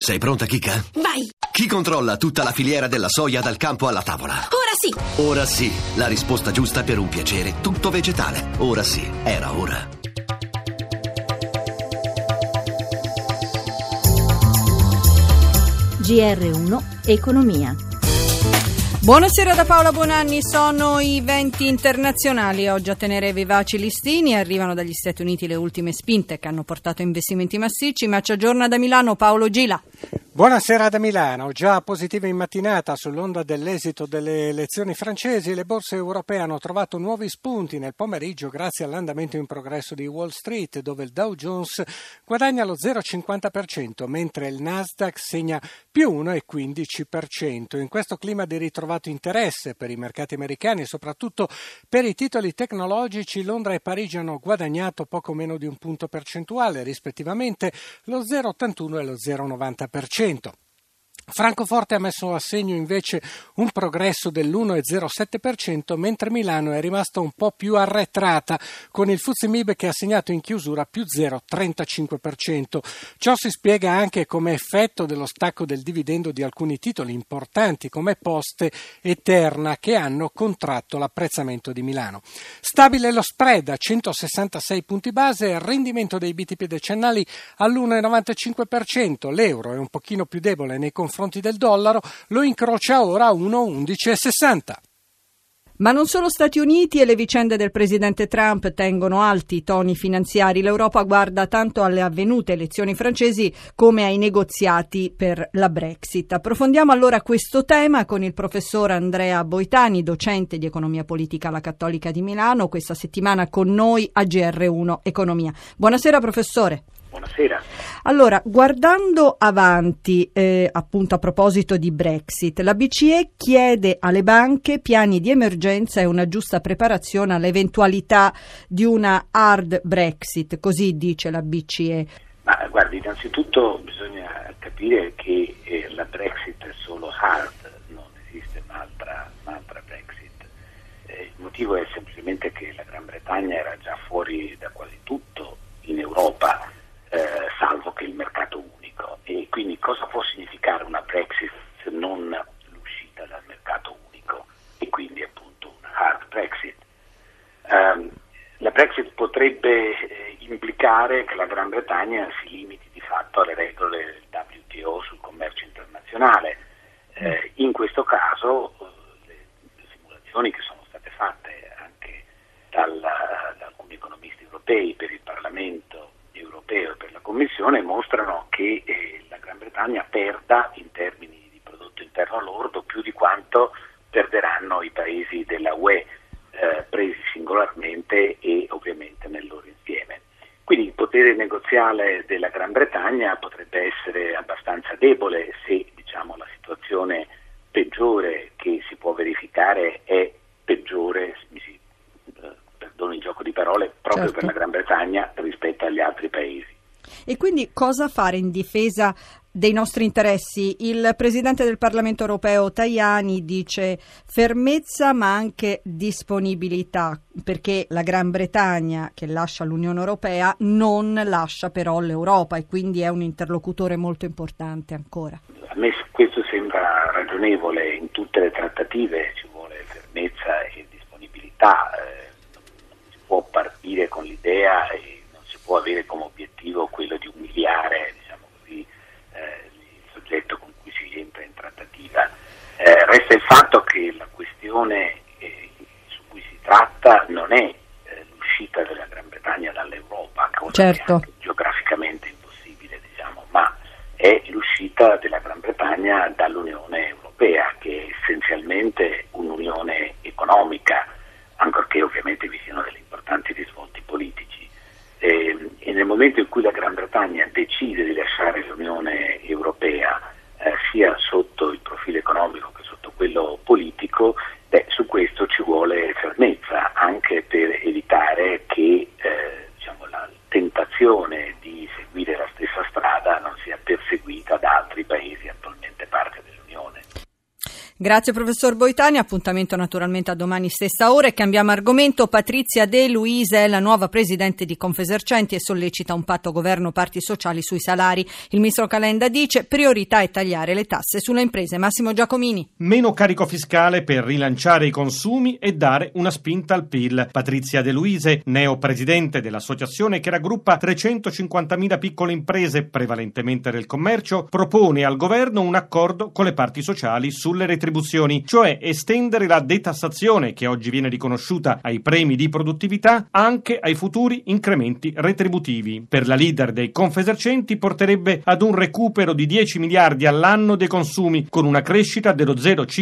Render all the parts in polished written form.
Sei pronta, Kika? Vai! Chi controlla tutta la filiera della soia dal campo alla tavola? Ora sì! Ora sì, la risposta giusta per un piacere tutto vegetale. Ora sì, era ora. GR1 Economia. Buonasera da Paola Bonanni, sono i venti internazionali. Oggi a tenere vivaci i listini arrivano dagli Stati Uniti le ultime spinte che hanno portato investimenti massicci, ma ci aggiorna da Milano Paolo Gila. Buonasera da Milano. Già positive in mattinata sull'onda dell'esito delle elezioni francesi, le borse europee hanno trovato nuovi spunti nel pomeriggio grazie all'andamento in progresso di Wall Street, dove il Dow Jones guadagna lo 0,50%, mentre il Nasdaq segna più 1,15%. In questo clima di ritrovato interesse per i mercati americani e soprattutto per i titoli tecnologici, Londra e Parigi hanno guadagnato poco meno di un punto percentuale, rispettivamente lo 0,81 e lo 0,90%. Francoforte ha messo a segno invece un progresso dell'1,07%, mentre Milano è rimasta un po' più arretrata, con il FTSE MIB che ha segnato in chiusura più 0,35%. Ciò si spiega anche come effetto dello stacco del dividendo di alcuni titoli importanti come Poste e Terna, che hanno contratto l'apprezzamento di Milano. Stabile lo spread a 166 punti base e il rendimento dei BTP decennali all'1,95%. L'euro è un pochino più debole nei confronti del dollaro, lo incrocia ora a 1,1160. Ma non solo Stati Uniti e le vicende del presidente Trump tengono alti i toni finanziari. L'Europa guarda tanto alle avvenute elezioni francesi come ai negoziati per la Brexit. Approfondiamo allora questo tema con il professor Andrea Boitani, docente di economia politica alla Cattolica di Milano, questa settimana con noi a GR1 Economia. Buonasera professore. Buonasera. Allora, guardando avanti, appunto a proposito di Brexit, la BCE chiede alle banche piani di emergenza e una giusta preparazione all'eventualità di una hard Brexit, così dice la BCE. Ma guardi, innanzitutto bisogna capire che la Brexit è solo hard, non esiste un'altra Brexit. Il motivo è semplicemente che la Gran Bretagna era già fuori da quasi tutto in Europa, salvo che il mercato unico, e quindi cosa può significare una Brexit se non l'uscita dal mercato unico e quindi appunto una hard Brexit. La Brexit potrebbe implicare che la Gran Bretagna si limiti di fatto alle regole del WTO sul commercio internazionale. In questo caso le simulazioni che sono state fatte anche da alcuni economisti europei per il Parlamento europeo e per la Commissione mostrano che la Gran Bretagna perda in termini di prodotto interno lordo più di quanto perderanno i paesi della UE presi singolarmente e ovviamente nel loro insieme. Quindi il potere negoziale della Gran Bretagna potrebbe essere abbastanza debole se la situazione peggiore che si può verificare è peggiore, perdono il gioco di parole, proprio certo, per la Gran Bretagna rispetto agli altri paesi. E quindi cosa fare in difesa dei nostri interessi? Il Presidente del Parlamento europeo Tajani dice fermezza ma anche disponibilità, perché la Gran Bretagna che lascia l'Unione Europea non lascia però l'Europa e quindi è un interlocutore molto importante ancora. A me questo sembra ragionevole, in tutte le trattative ci vuole fermezza e disponibilità. Non si può partire con l'idea e non si può avere come obiettivo quello di umiliare, il soggetto con cui si entra in trattativa. Resta il fatto che la questione su cui si tratta non è l'uscita della Gran Bretagna dall'Europa, cosa che è anche geograficamente impossibile, ma è l'uscita della Gran Bretagna dall'Unione Europea, che è essenzialmente un'unione economica, ancorché ovviamente vi siano degli importanti risvolti politici. E nel momento in cui la Gran Bretagna decide di lasciare l'Unione Europea, sia sotto il profilo economico che sotto quello politico, su questo ci vuole fermezza, anche per evitare che la tentazione di seguire la stessa strada non sia perseguita da altri paesi attualmente parte dell'Unione. Grazie professor Boitani, appuntamento naturalmente a domani stessa ora e cambiamo argomento. Patrizia De Luise è la nuova presidente di Confesercenti e sollecita un patto governo-parti sociali sui salari. Il ministro Calenda dice priorità è tagliare le tasse sulle imprese. Massimo Giacomini. Meno carico fiscale per rilanciare i consumi e dare una spinta al PIL. Patrizia De Luise, neopresidente dell'associazione che raggruppa 350.000 piccole imprese, prevalentemente del commercio, propone al governo un accordo con le parti sociali sulle retribuzioni, cioè estendere la detassazione che oggi viene riconosciuta ai premi di produttività anche ai futuri incrementi retributivi. Per la leader dei Confesercenti porterebbe ad un recupero di 10 miliardi all'anno dei consumi, con una crescita dello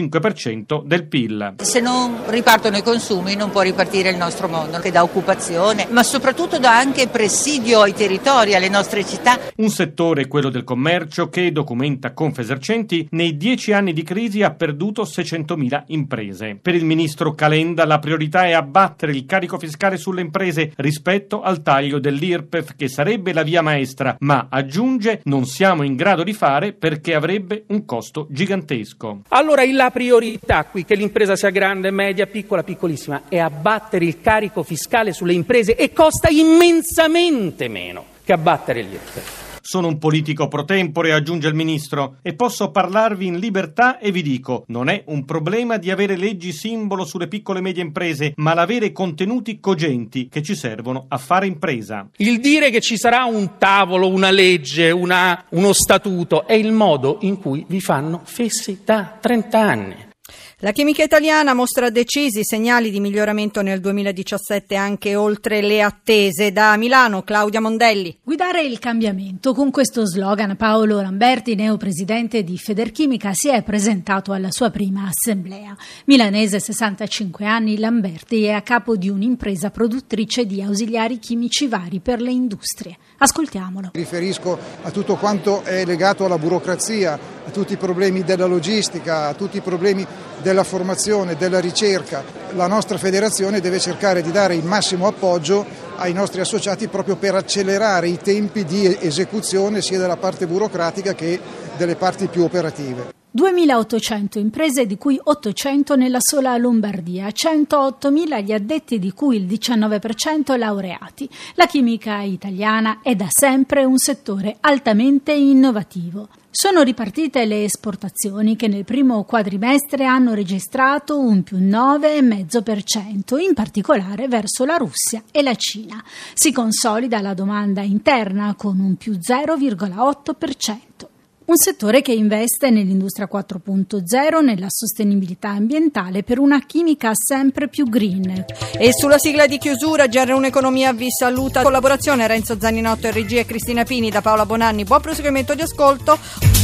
0,5% del PIL. Se non ripartono i consumi non può ripartire il nostro mondo, che dà occupazione, ma soprattutto dà anche presidio ai territori, alle nostre città. Un settore, quello del commercio, che, documenta Confesercenti, nei 10 anni di crisi ha perduto 600.000 imprese. Per il ministro Calenda la priorità è abbattere il carico fiscale sulle imprese rispetto al taglio dell'IRPEF, che sarebbe la via maestra, ma aggiunge non siamo in grado di fare perché avrebbe un costo gigantesco. Allora la priorità qui, che l'impresa sia grande, media, piccola, piccolissima, è abbattere il carico fiscale sulle imprese, e costa immensamente meno che abbattere l'IRPEF. Sono un politico pro tempore, aggiunge il ministro, e posso parlarvi in libertà e vi dico, non è un problema di avere leggi simbolo sulle piccole e medie imprese, ma l'avere contenuti cogenti che ci servono a fare impresa. Il dire che ci sarà un tavolo, una legge, uno statuto, è il modo in cui vi fanno fessi da 30 anni. La chimica italiana mostra decisi segnali di miglioramento nel 2017 anche oltre le attese. Da Milano, Claudia Mondelli. Guidare il cambiamento. Con questo slogan Paolo Lamberti, neopresidente di Federchimica, si è presentato alla sua prima assemblea. Milanese, 65 anni, Lamberti è a capo di un'impresa produttrice di ausiliari chimici vari per le industrie. Ascoltiamolo. Mi riferisco a tutto quanto è legato alla burocrazia, a tutti i problemi della logistica, a tutti i problemi della formazione, della ricerca. La nostra federazione deve cercare di dare il massimo appoggio ai nostri associati proprio per accelerare i tempi di esecuzione sia della parte burocratica che delle parti più operative. 2.800 imprese, di cui 800 nella sola Lombardia, 108.000 gli addetti, di cui il 19% laureati. La chimica italiana è da sempre un settore altamente innovativo. Sono ripartite le esportazioni, che nel primo quadrimestre hanno registrato un più 9,5%, in particolare verso la Russia e la Cina. Si consolida la domanda interna con un più 0,8%. Un settore che investe nell'industria 4.0, nella sostenibilità ambientale, per una chimica sempre più green. E sulla sigla di chiusura, GR1 Economia vi saluta. Collaborazione Renzo Zanninotto e regia Cristina Pini. Da Paola Bonanni, buon proseguimento di ascolto.